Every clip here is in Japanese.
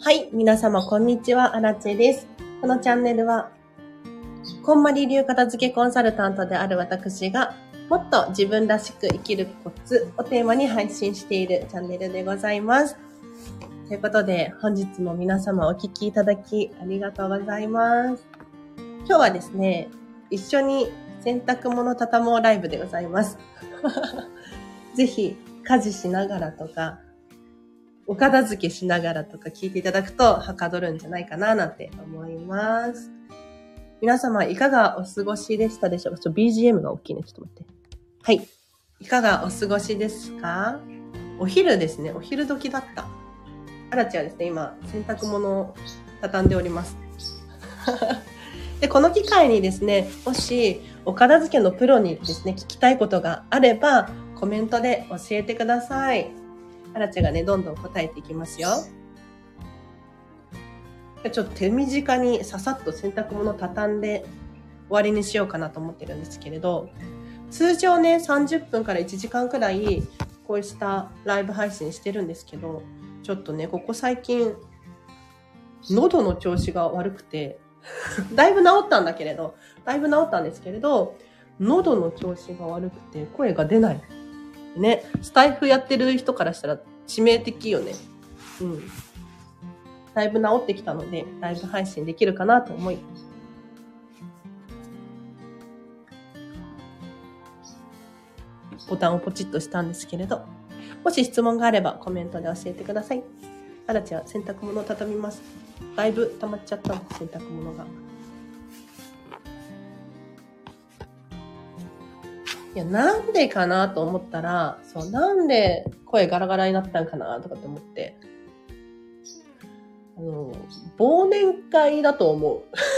はい、皆様こんにちは、アラチェです。このチャンネルは、こんまり流片付けコンサルタントである私が、もっと自分らしく生きるコツをテーマに配信しているチャンネルでございます。ということで、本日も皆様お聞きいただきありがとうございます。今日はですね、一緒に洗濯物畳もうライブでございます。ぜひ、家事しながらとか、お片付けしながらとか聞いていただくとはかどるんじゃないかななんて思います。皆様いかがお過ごしでしたでしょうか。BGM が大きいね。ちょっと待って。はい。いかがお過ごしですか？お昼ですね。お昼時だった。あらちはですね、今、洗濯物を畳んでおります。で、この機会にですね、もしお片付けのプロにですね、聞きたいことがあれば、コメントで教えてください。あらちゃんがね、どんどん答えていきますよ。ちょっと手短にささっと洗濯物畳んで終わりにしようかなと思ってるんですけれど、通常ね、30分から1時間くらい、こうしたライブ配信してるんですけど、ちょっとね、ここ最近、喉の調子が悪くて、だいぶ治ったんですけれど、喉の調子が悪くて声が出ない。ね、スタイフやってる人からしたら致命的よね。うん。だいぶ治ってきたので、ライブ配信できるかなと思い、ボタンをポチッとしたんですけれど、もし質問があればコメントで教えてください。あらちは洗濯物を畳みます。だいぶ溜まっちゃったの、洗濯物が。いや、なんでかなと思ったら、そう、なんで声ガラガラになったんかなとかって思って、忘年会だと思う。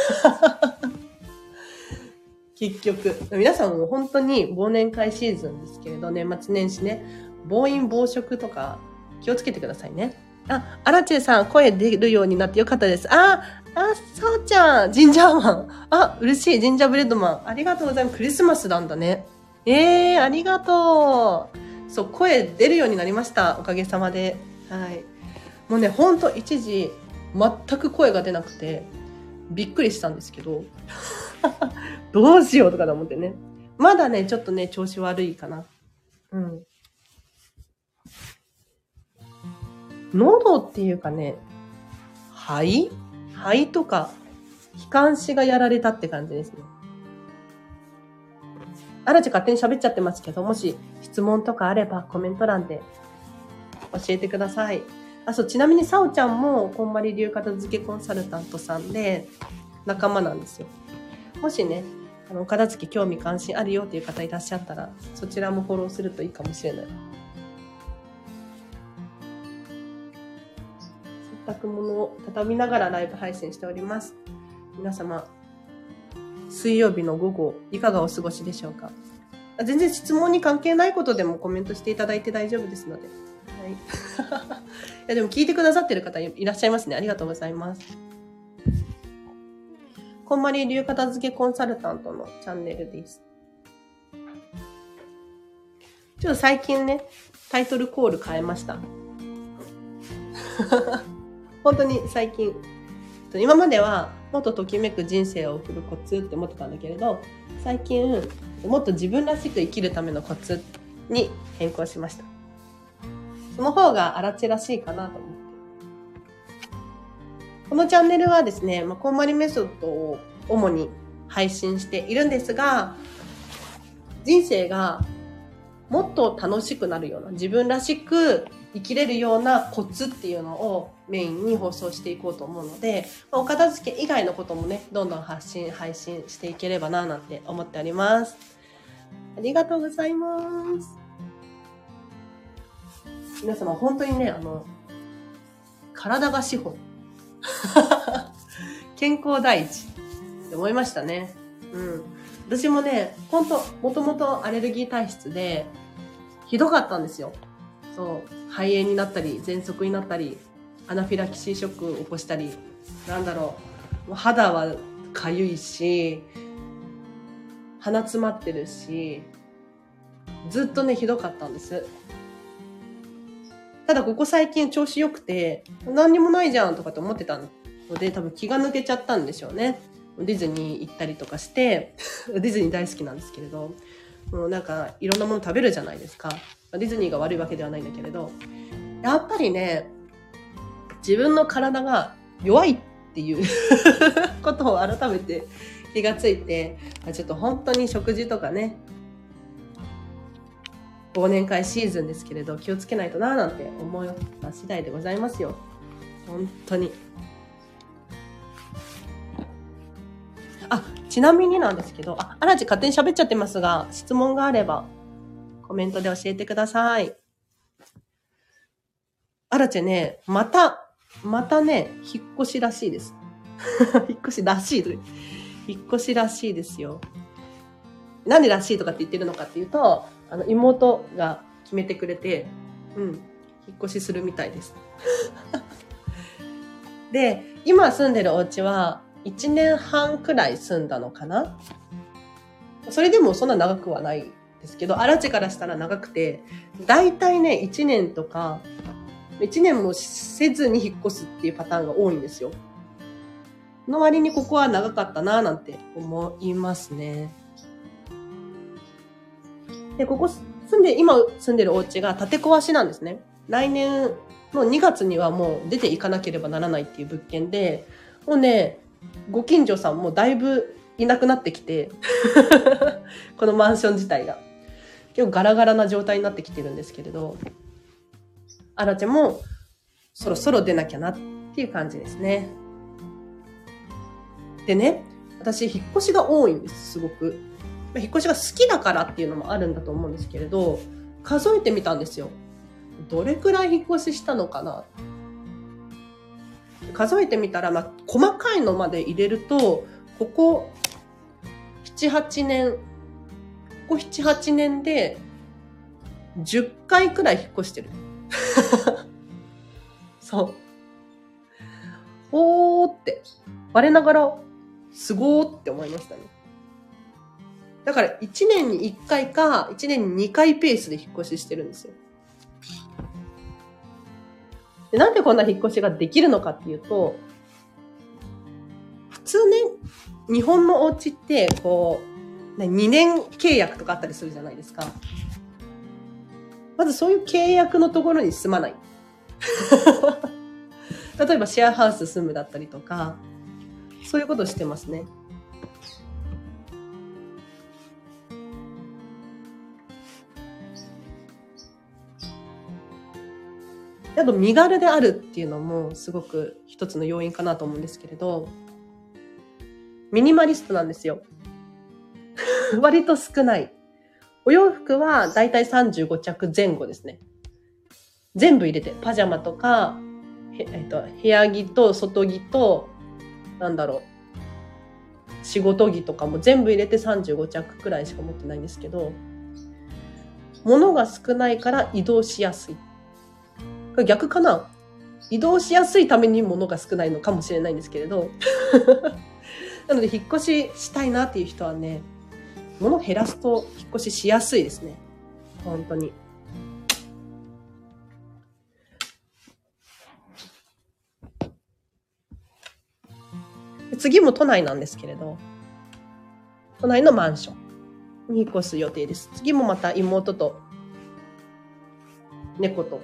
結局。皆さんも本当に忘年会シーズンですけれど、年末年始ね、暴飲暴食とか気をつけてくださいね。アラチェさん、声出るようになってよかったです。さおちゃん、ジンジャーマン。嬉しい、ジンジャーブレッドマン。ありがとうございます。クリスマスなんだね。ありがとう。そう、声出るようになりました。おかげさまで。はい。もうね、ほんと一時、全く声が出なくて、びっくりしたんですけど、どうしようとかと思ってね。まだね、ちょっとね、調子悪いかな。うん。喉っていうかね、肺とか、気管支がやられたって感じですね。あらち勝手に喋っちゃってますけど、もし質問とかあればコメント欄で教えてください。ちなみにさおちゃんもこんまり流片付けコンサルタントさんで仲間なんですよ。もしね、片付け興味関心あるよっていう方いらっしゃったら、そちらもフォローするといいかもしれない。洗濯物を畳みながらライブ配信しております。皆様、水曜日の午後、いかがお過ごしでしょうか？全然質問に関係ないことでもコメントしていただいて大丈夫ですので。はい。いやでも聞いてくださってる方いらっしゃいますね。ありがとうございます。こんまり流片付けコンサルタントのチャンネルです。ちょっと最近ね、タイトルコール変えました。本当に最近。今まではもっとときめく人生を送るコツって思ってたんだけれど、最近もっと自分らしく生きるためのコツに変更しました。その方があらちらしいかなと思って。このチャンネルはですね、こんまりメソッドを主に配信しているんですが、人生がもっと楽しくなるような、自分らしく生きれるようなコツっていうのをメインに放送していこうと思うので、お片付け以外のこともね、どんどん配信していければななんて思っております。ありがとうございます。皆様本当にね、体が資本。健康第一って思いましたね。うん。私もね、本当もともとアレルギー体質で、ひどかったんですよ。そう。肺炎になったり、喘息になったり、アナフィラキシーショックを起こしたり、肌はかゆいし、鼻詰まってるし、ずっとね、ひどかったんです。 ただここ最近調子良くて、何にもないじゃんとかって思ってたので、多分気が抜けちゃったんでしょうね。ディズニー行ったりとかして、ディズニー大好きなんですけれど、もうなんかいろんなもの食べるじゃないですか。ディズニーが悪いわけではないんだけれど、やっぱりね、自分の体が弱いっていうことを改めて気がついて、ちょっと本当に食事とかね、忘年会シーズンですけれど気をつけないとなーなんて思った次第でございますよ。本当に。ちなみになんですけど、あらち勝手に喋っちゃってますが、質問があればコメントで教えてください。あらちね、またね、引っ越しらしいです。引っ越しらしいとか引っ越しらしいですよ。なんでらしいとかって言ってるのかっていうと、妹が決めてくれて、引っ越しするみたいです。で、今住んでるお家は1年半くらい住んだのかな？それでもそんな長くはないですけど、あらちからしたら長くて、だいたいね、1年とか、1年もせずに引っ越すっていうパターンが多いんですよ。の割にここは長かったなぁなんて思いますね。で、今住んでるお家が建て壊しなんですね。来年の2月にはもう出ていかなければならないっていう物件で、もうね、ご近所さんもだいぶいなくなってきて、このマンション自体が。結構ガラガラな状態になってきてるんですけれど、あらちもそろそろ出なきゃなっていう感じですね。でね、私引っ越しが多いんです、すごく。引っ越しが好きだからっていうのもあるんだと思うんですけれど、数えてみたんですよ。どれくらい引っ越ししたのかな。数えてみたら、細かいのまで入れると、ここ7、8年で10回くらい引っ越してる。そう。おーって、我ながら、すごーって思いましたね。だから1年に1回か、1年に2回ペースで引っ越ししてるんですよ。で、なんでこんな引っ越しができるのかっていうと、普通ね、日本のお家って、2年契約とかあったりするじゃないですか。まずそういう契約のところに住まない。例えばシェアハウス住むだったりとか、そういうことしてますね。あと身軽であるっていうのもすごく一つの要因かなと思うんですけれど、ミニマリストなんですよ。割と少ない。お洋服はだいたい35着前後ですね。全部入れて、パジャマとか、部屋着と外着と、仕事着とかも全部入れて35着くらいしか持ってないんですけど、物が少ないから移動しやすい。これ逆かな？移動しやすいために物が少ないのかもしれないんですけれど。なので引っ越ししたいなっていう人はね、物を減らすと引っ越ししやすいですね。本当に。次も都内なんですけれど、都内のマンションに引っ越す予定です。次もまた妹と猫と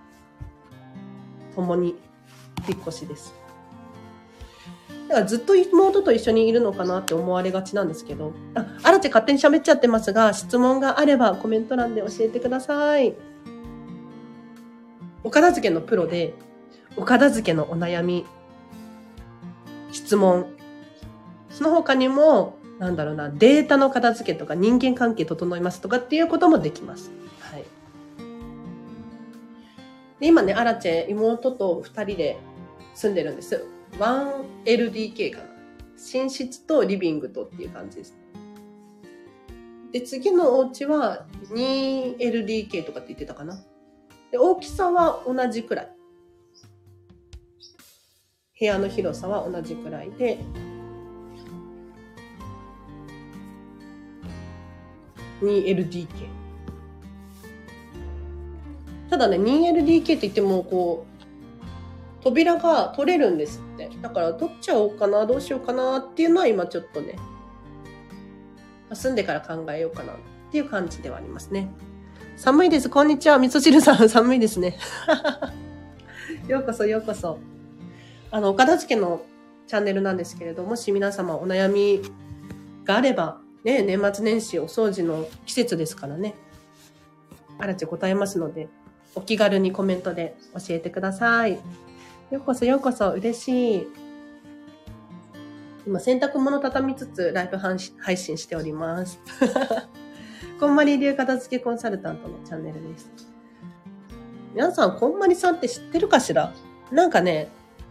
共に引っ越しです。だからずっと妹と一緒にいるのかなって思われがちなんですけど、あらち勝手に喋っちゃってますが、質問があればコメント欄で教えてください。お片付けのプロで、お片付けのお悩み、質問、その他にも、データの片付けとか人間関係整いますとかっていうこともできます。はい。で今ね、アラチェ、妹と2人で住んでるんです。1LDK かな。寝室とリビングとっていう感じです。で、次のお家は 2LDK とかって言ってたかな。で、大きさは同じくらい。部屋の広さは同じくらいで、2LDK。 ただね、2LDK って言っても、こう、扉が取れるんですって。だから取っちゃおうかな、どうしようかなっていうのは今ちょっとね、住んでから考えようかなっていう感じではありますね。寒いです。こんにちは。味噌汁さん、寒いですね。ようこそようこそ。お片付けのチャンネルなんですけれども、もし皆様お悩みがあれば、ね、年末年始お掃除の季節ですからね。あらち答えますので、お気軽にコメントで教えてください。ようこそようこそ、嬉しい。今、洗濯物畳みつつライブ配信しております。こんまり流片付けコンサルタントのチャンネルです。皆さん、こんまりさんって知ってるかしら？なんかね、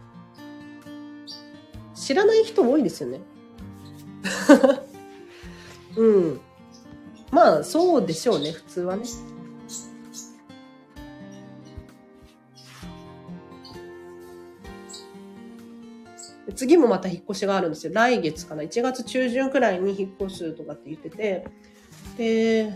知らない人多いですよね。うん。まあ、そうでしょうね、普通はね。次もまた引っ越しがあるんですよ。来月かな。1月中旬くらいに引っ越すとかって言ってて。で、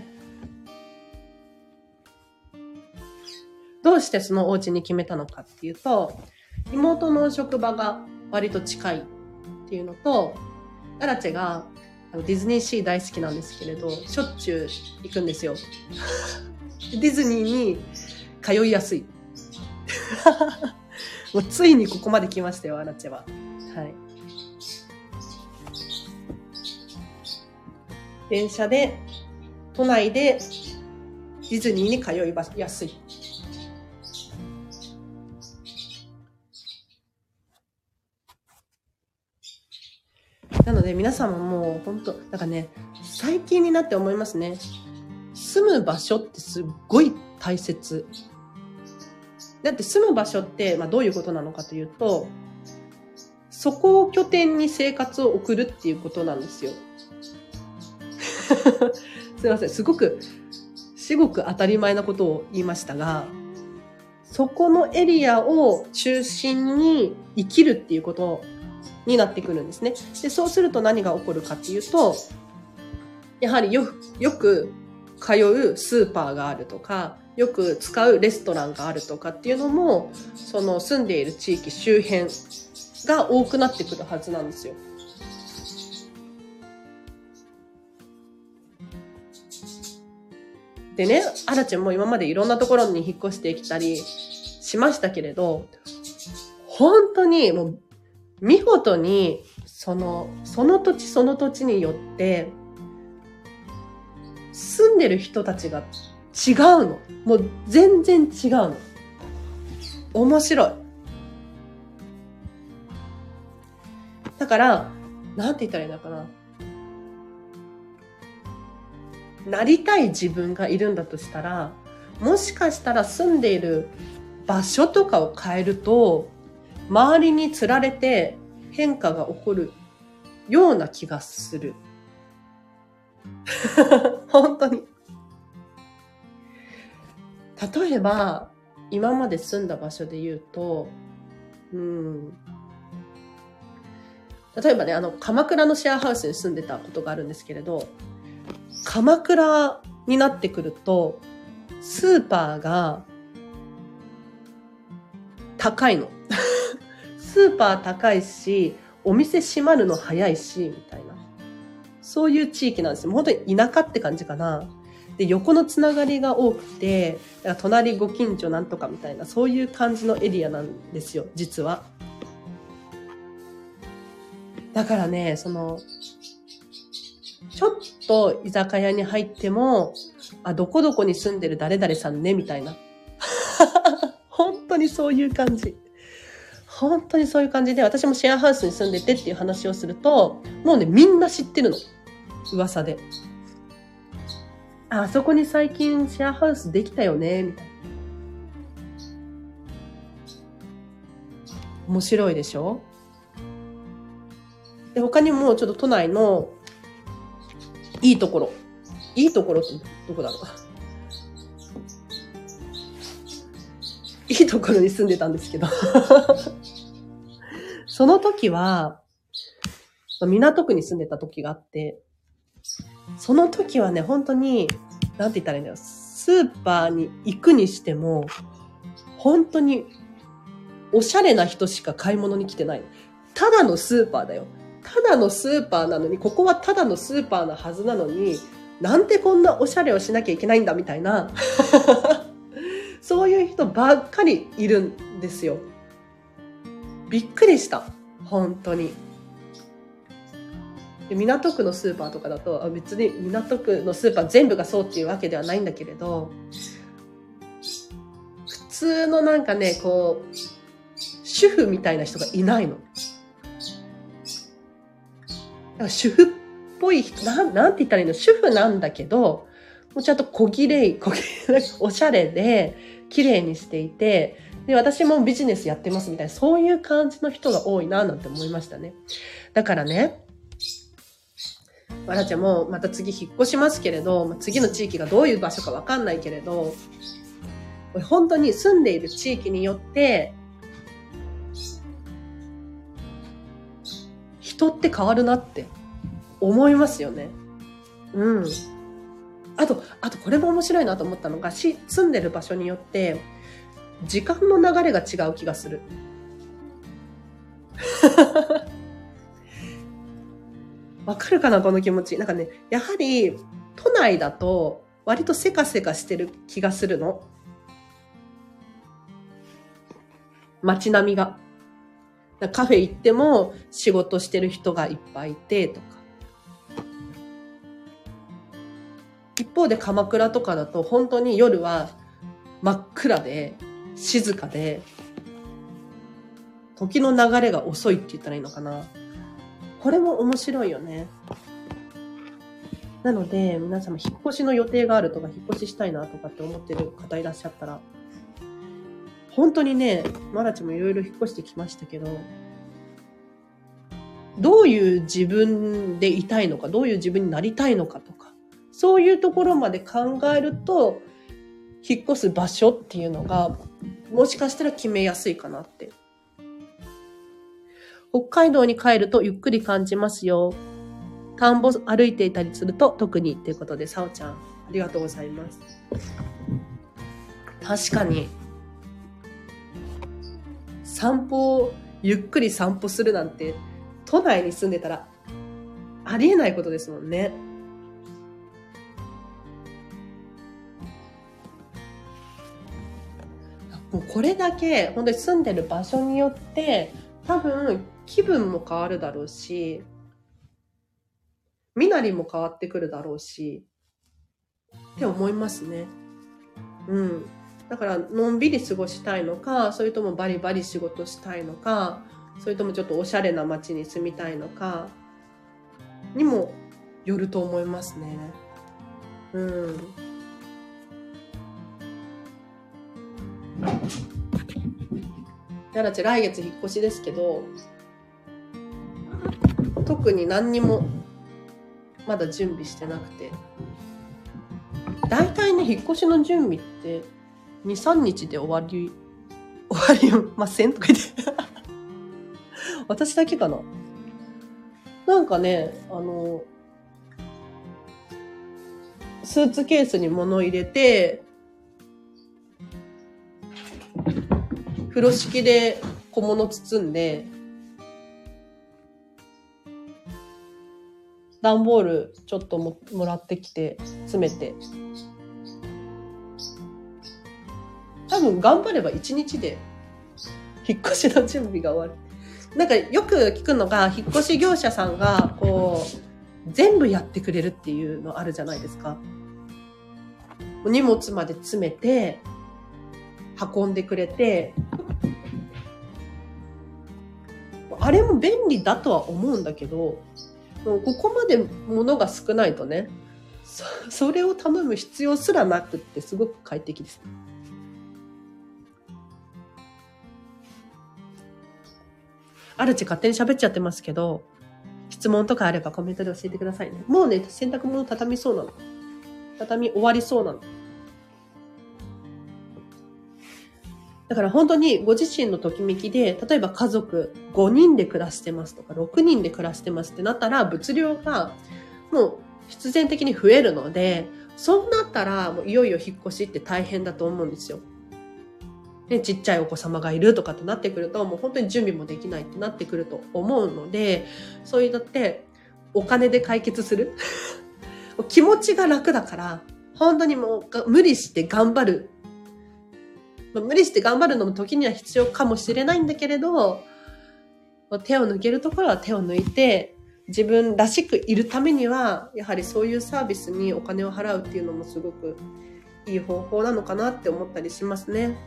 どうしてそのお家に決めたのかっていうと、妹の職場が割と近いっていうのと、アラチェがディズニーシー大好きなんですけれど、しょっちゅう行くんですよ。ディズニーに通いやすい。もうついにここまで来ましたよ、アラチェは。はい。電車で、都内でディズニーに通いやすい。なので皆さんももう本当なんかね、最近になって思いますね。住む場所ってすっごい大切。だって住む場所って、どういうことなのかというと、そこを拠点に生活を送るっていうことなんですよ。すいません。すごく当たり前なことを言いましたが、そこのエリアを中心に生きるっていうことになってくるんですね。で、そうすると何が起こるかっていうと、やはりよく通うスーパーがあるとか、よく使うレストランがあるとかっていうのも、その住んでいる地域周辺が多くなってくるはずなんですよ。でね、アラチェも今までいろんなところに引っ越してきたりしましたけれど、本当にもう見事にその土地その土地によって住んでる人たちが違うの。もう全然違うの。面白い。だから、なんて言ったらいいのかな。なりたい自分がいるんだとしたら、もしかしたら住んでいる場所とかを変えると、周りにつられて変化が起こるような気がする。本当に。例えば、今まで住んだ場所で言うと、例えばね、鎌倉のシェアハウスに住んでたことがあるんですけれど、鎌倉になってくると、スーパーが高いの。スーパー高いし、お店閉まるの早いし、みたいな。そういう地域なんですよ。本当に田舎って感じかな。で、横のつながりが多くて、隣ご近所なんとかみたいな、そういう感じのエリアなんですよ、実は。だからね、ちょっと居酒屋に入っても、どこどこに住んでる誰々さんね、みたいな。本当にそういう感じ。本当にそういう感じで、私もシェアハウスに住んでてっていう話をすると、もうね、みんな知ってるの。噂で。あそこに最近シェアハウスできたよね、みたいな。面白いでしょ？で、他にもちょっと都内のいいところってどこだろう。いいところに住んでたんですけど。その時は、港区に住んでた時があって、その時はね、本当に、なんて言ったらいいんだよ。 スーパーに行くにしても、本当におしゃれな人しか買い物に来てない。ただのスーパーだよ。ただのスーパーなのに、ここはただのスーパーなはずなのに、なんでこんなおしゃれをしなきゃいけないんだみたいな。そういう人ばっかりいるんですよ。びっくりした。本当に。で、港区のスーパーとかだと、別に港区のスーパー全部がそうっていうわけではないんだけれど、普通のなんかね、こう、主婦みたいな人がいないの。だから主婦っぽい人、なんて言ったらいいの？主婦なんだけど、もうちゃんと小綺麗、おしゃれで、綺麗にしていて、で、私もビジネスやってますみたいな、そういう感じの人が多いな、なんて思いましたね。だからね、わらちゃんもまた次引っ越しますけれど、次の地域がどういう場所かわかんないけれど、本当に住んでいる地域によって、人って変わるなって思いますよね。うん。あとこれも面白いなと思ったのが、住んでる場所によって、時間の流れが違う気がする。わかるかなこの気持ち。なんかね、やはり都内だと割とせかせかしてる気がするの。街並みが。カフェ行っても仕事してる人がいっぱいいてとか。一方で鎌倉とかだと本当に夜は真っ暗で静かで、時の流れが遅いって言ったらいいのかな。これも面白いよね。なので皆様引っ越しの予定があるとか、引っ越ししたいなとかって思ってる方いらっしゃったら、本当にね、マラチもいろいろ引っ越してきましたけど、どういう自分でいたいのか、どういう自分になりたいのかとか、そういうところまで考えると、引っ越す場所っていうのが、もしかしたら決めやすいかなって。北海道に帰るとゆっくり感じますよ。田んぼ歩いていたりすると特にっていうことで、さおちゃん、ありがとうございます。確かに。ゆっくり散歩するなんて、都内に住んでたら、ありえないことですもんね。もうこれだけ、本当に住んでる場所によって、多分、気分も変わるだろうし、身なりも変わってくるだろうし、って思いますね。うん。だから、のんびり過ごしたいのか、それともバリバリ仕事したいのか、それともちょっとおしゃれな街に住みたいのか、にもよると思いますね。うん。やらち来月引っ越しですけど、特に何にもまだ準備してなくて、だいたいね、引っ越しの準備って2、3日で終わりませんとか言って私だけかな。なんかね、スーツケースに物入れて、風呂敷で小物包んで、段ボールちょっともらってきて、詰めて。多分頑張れば1日で引っ越しの準備が終わる。なんかよく聞くのが、引っ越し業者さんがこう全部やってくれるっていうのあるじゃないですか。荷物まで詰めて運んでくれて、あれも便利だとは思うんだけど、ここまで物が少ないとね、それを頼む必要すらなくってすごく快適です。あるち勝手に喋っちゃってますけど、質問とかあればコメントで教えてくださいね。もうね、洗濯物畳みそうなの。畳み終わりそうなの。だから本当にご自身のときめきで、例えば家族5人で暮らしてますとか、6人で暮らしてますってなったら、物量がもう必然的に増えるので、そうなったらもういよいよ引っ越しって大変だと思うんですよ。で、ちっちゃいお子様がいるとかってなってくると、もう本当に準備もできないってなってくると思うので、そういうのってお金で解決する気持ちが楽だから、本当にもう無理して頑張る。無理して頑張るのも時には必要かもしれないんだけれど、手を抜けるところは手を抜いて、自分らしくいるためには、やはりそういうサービスにお金を払うっていうのもすごくいい方法なのかなって思ったりしますね。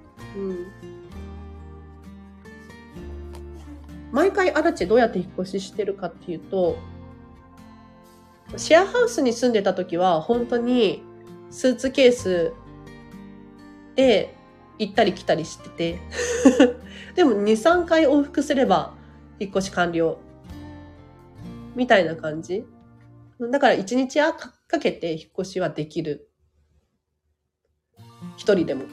毎回アラチェどうやって引っ越ししてるかっていうと、シェアハウスに住んでた時は本当にスーツケースで行ったり来たりしててでも 2,3 回往復すれば引っ越し完了みたいな感じだから1日かけて引っ越しはできる。一人でも。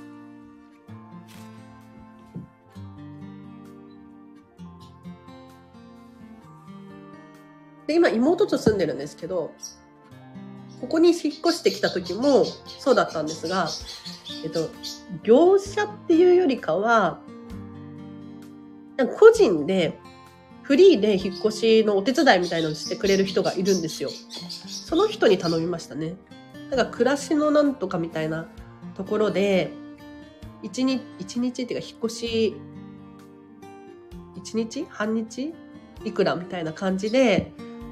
で、今妹と住んでるんですけど、ここに引っ越してきた時もそうだったんですが、業者っていうよりかは、個人でフリーで引っ越しのお手伝いみたいなのをしてくれる人がいるんですよ。その人に頼みましたね。だから暮らしのなんとかみたいなところで、一日っていうか引っ越し、1日半日いくらみたいな感じで、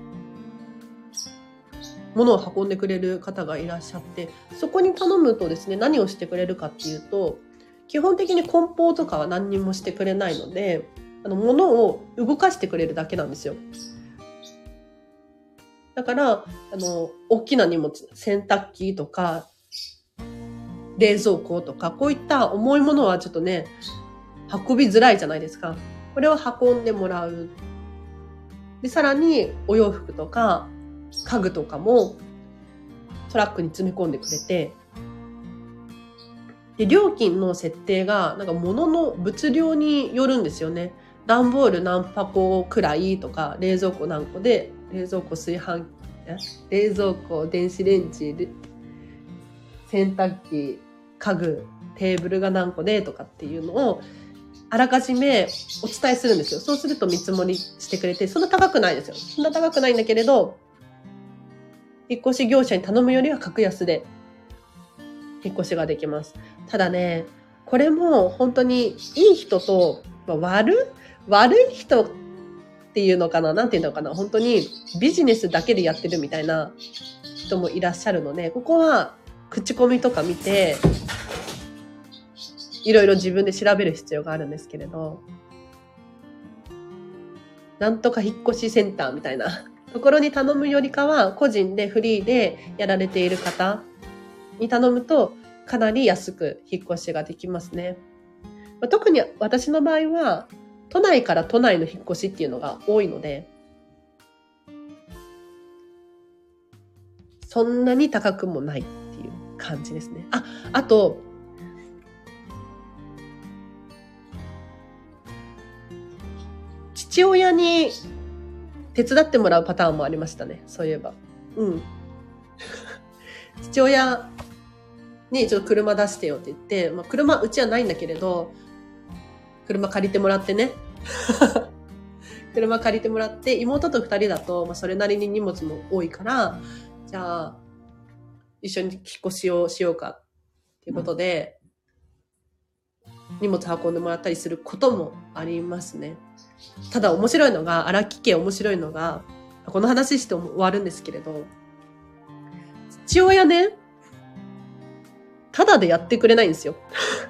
物を運んでくれる方がいらっしゃって、そこに頼むとですね、何をしてくれるかっていうと、基本的に梱包とかは何にもしてくれないので、物を動かしてくれるだけなんですよ。だから、大きな荷物、洗濯機とか、冷蔵庫とか、こういった重いものはちょっとね、運びづらいじゃないですか。これを運んでもらう。で、さらにお洋服とか、家具とかもトラックに詰め込んでくれて、で、料金の設定が、なんか物の物量によるんですよね。段ボール何箱くらいとか、冷蔵庫何個で、冷蔵庫、電子レンジ、洗濯機、家具、テーブルが何個でとかっていうのを、あらかじめお伝えするんですよ。そうすると見積もりしてくれて、そんな高くないですよ。そんな高くないんだけれど、引っ越し業者に頼むよりは格安で引っ越しができます。ただね、これも本当にいい人と、悪い人っていうのかな、なんていうのかな、本当にビジネスだけでやってるみたいな人もいらっしゃるので、ここは口コミとか見て、いろいろ自分で調べる必要があるんですけれど、なんとか引っ越しセンターみたいなところに頼むよりかは、個人でフリーでやられている方に頼むと、かなり安く引っ越しができますね。特に私の場合は、都内から都内の引っ越しっていうのが多いので、そんなに高くもないっていう感じですね。あと、父親に手伝ってもらうパターンもありましたね。そういえば。父親にちょっと車出してよって言って、車うちはないんだけれど、車借りてもらってね。車借りてもらって、妹と2人だと、それなりに荷物も多いから、じゃあ、一緒に引っ越しをしようかっていうことで、荷物運んでもらったりすることもありますね。ただ面白いのが、荒木家面白いのが、この話して終わるんですけれど、父親ね、ただでやってくれないんですよ。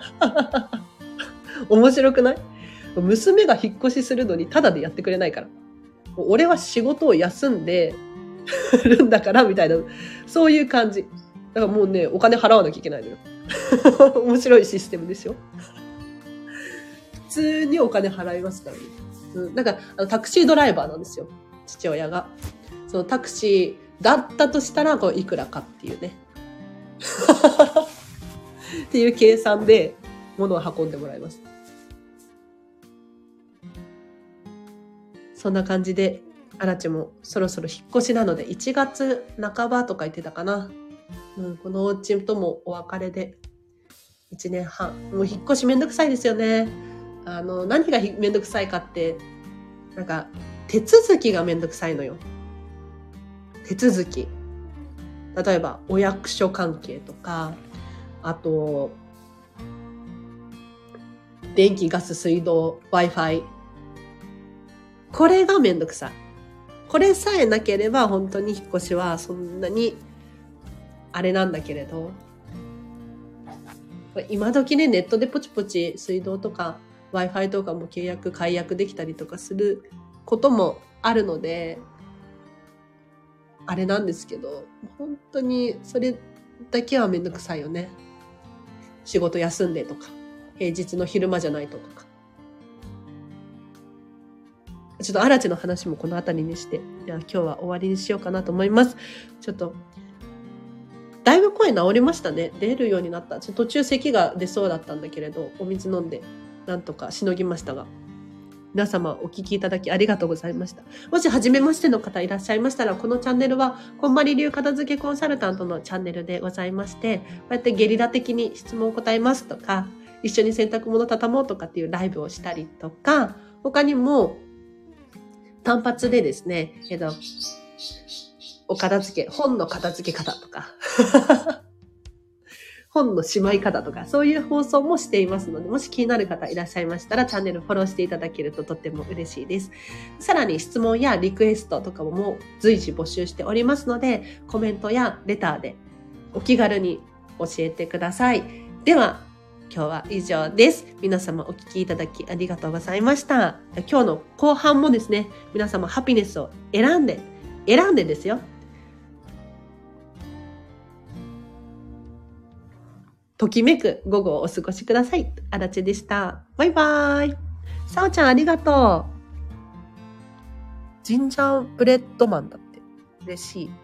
面白くない？娘が引っ越しするのにただでやってくれないから。俺は仕事を休んでるんだからみたいな、そういう感じ。だからもうね、お金払わなきゃいけないのよ。面白いシステムですよ。普通にお金払いますからね。なんかタクシードライバーなんですよ、父親が。そのタクシーだったとしたらいくらかっていうね。っていう計算で物を運んでもらいます。 あらちもそろそろ引っ越しなので、1月半ばとか言ってたかな。このお家ともお別れで1年半。もう引っ越しめんどくさいですよね。何がめんどくさいかって、なんか手続きがめんどくさいのよ。手続き。例えばお役所関係とか、あと電気、ガス、水道、Wi-Fi。これがめんどくさい。これさえなければ本当に引っ越しはそんなにあれなんだけれど、今時ね、ネットでポチポチ水道とか Wi-Fi とかも契約、解約できたりとかすることもあるので、あれなんですけど、本当にそれだけはめんどくさいよね。仕事休んでとか、平日の昼間じゃないととか。ちょっとアラチの話もこのあたりにして、じゃあ今日は終わりにしようかなと思います。ちょっと、だいぶ声治りましたね。出るようになった。途中咳が出そうだったんだけれど、お水飲んで、なんとかしのぎましたが。皆様お聞きいただきありがとうございました。もし初めましての方いらっしゃいましたら、このチャンネルは、こんまり流片付けコンサルタントのチャンネルでございまして、こうやってゲリラ的に質問を答えますとか、一緒に洗濯物畳もうとかっていうライブをしたりとか、他にも単発でですね、お片付け、本の片付け方とか、本のしまい方とか、そういう放送もしていますので、もし気になる方いらっしゃいましたら、チャンネルフォローしていただけるととっても嬉しいです。さらに質問やリクエストとかも随時募集しておりますので、コメントやレターでお気軽に教えてください。では、今日は以上です。皆様お聞きいただきありがとうございました。今日の後半もですね、皆様ハピネスを選んでですよ。ときめく午後をお過ごしください。あらちでした。バイバーイ。さおちゃんありがとう。ジンジャーブレッドマンだって。嬉しい。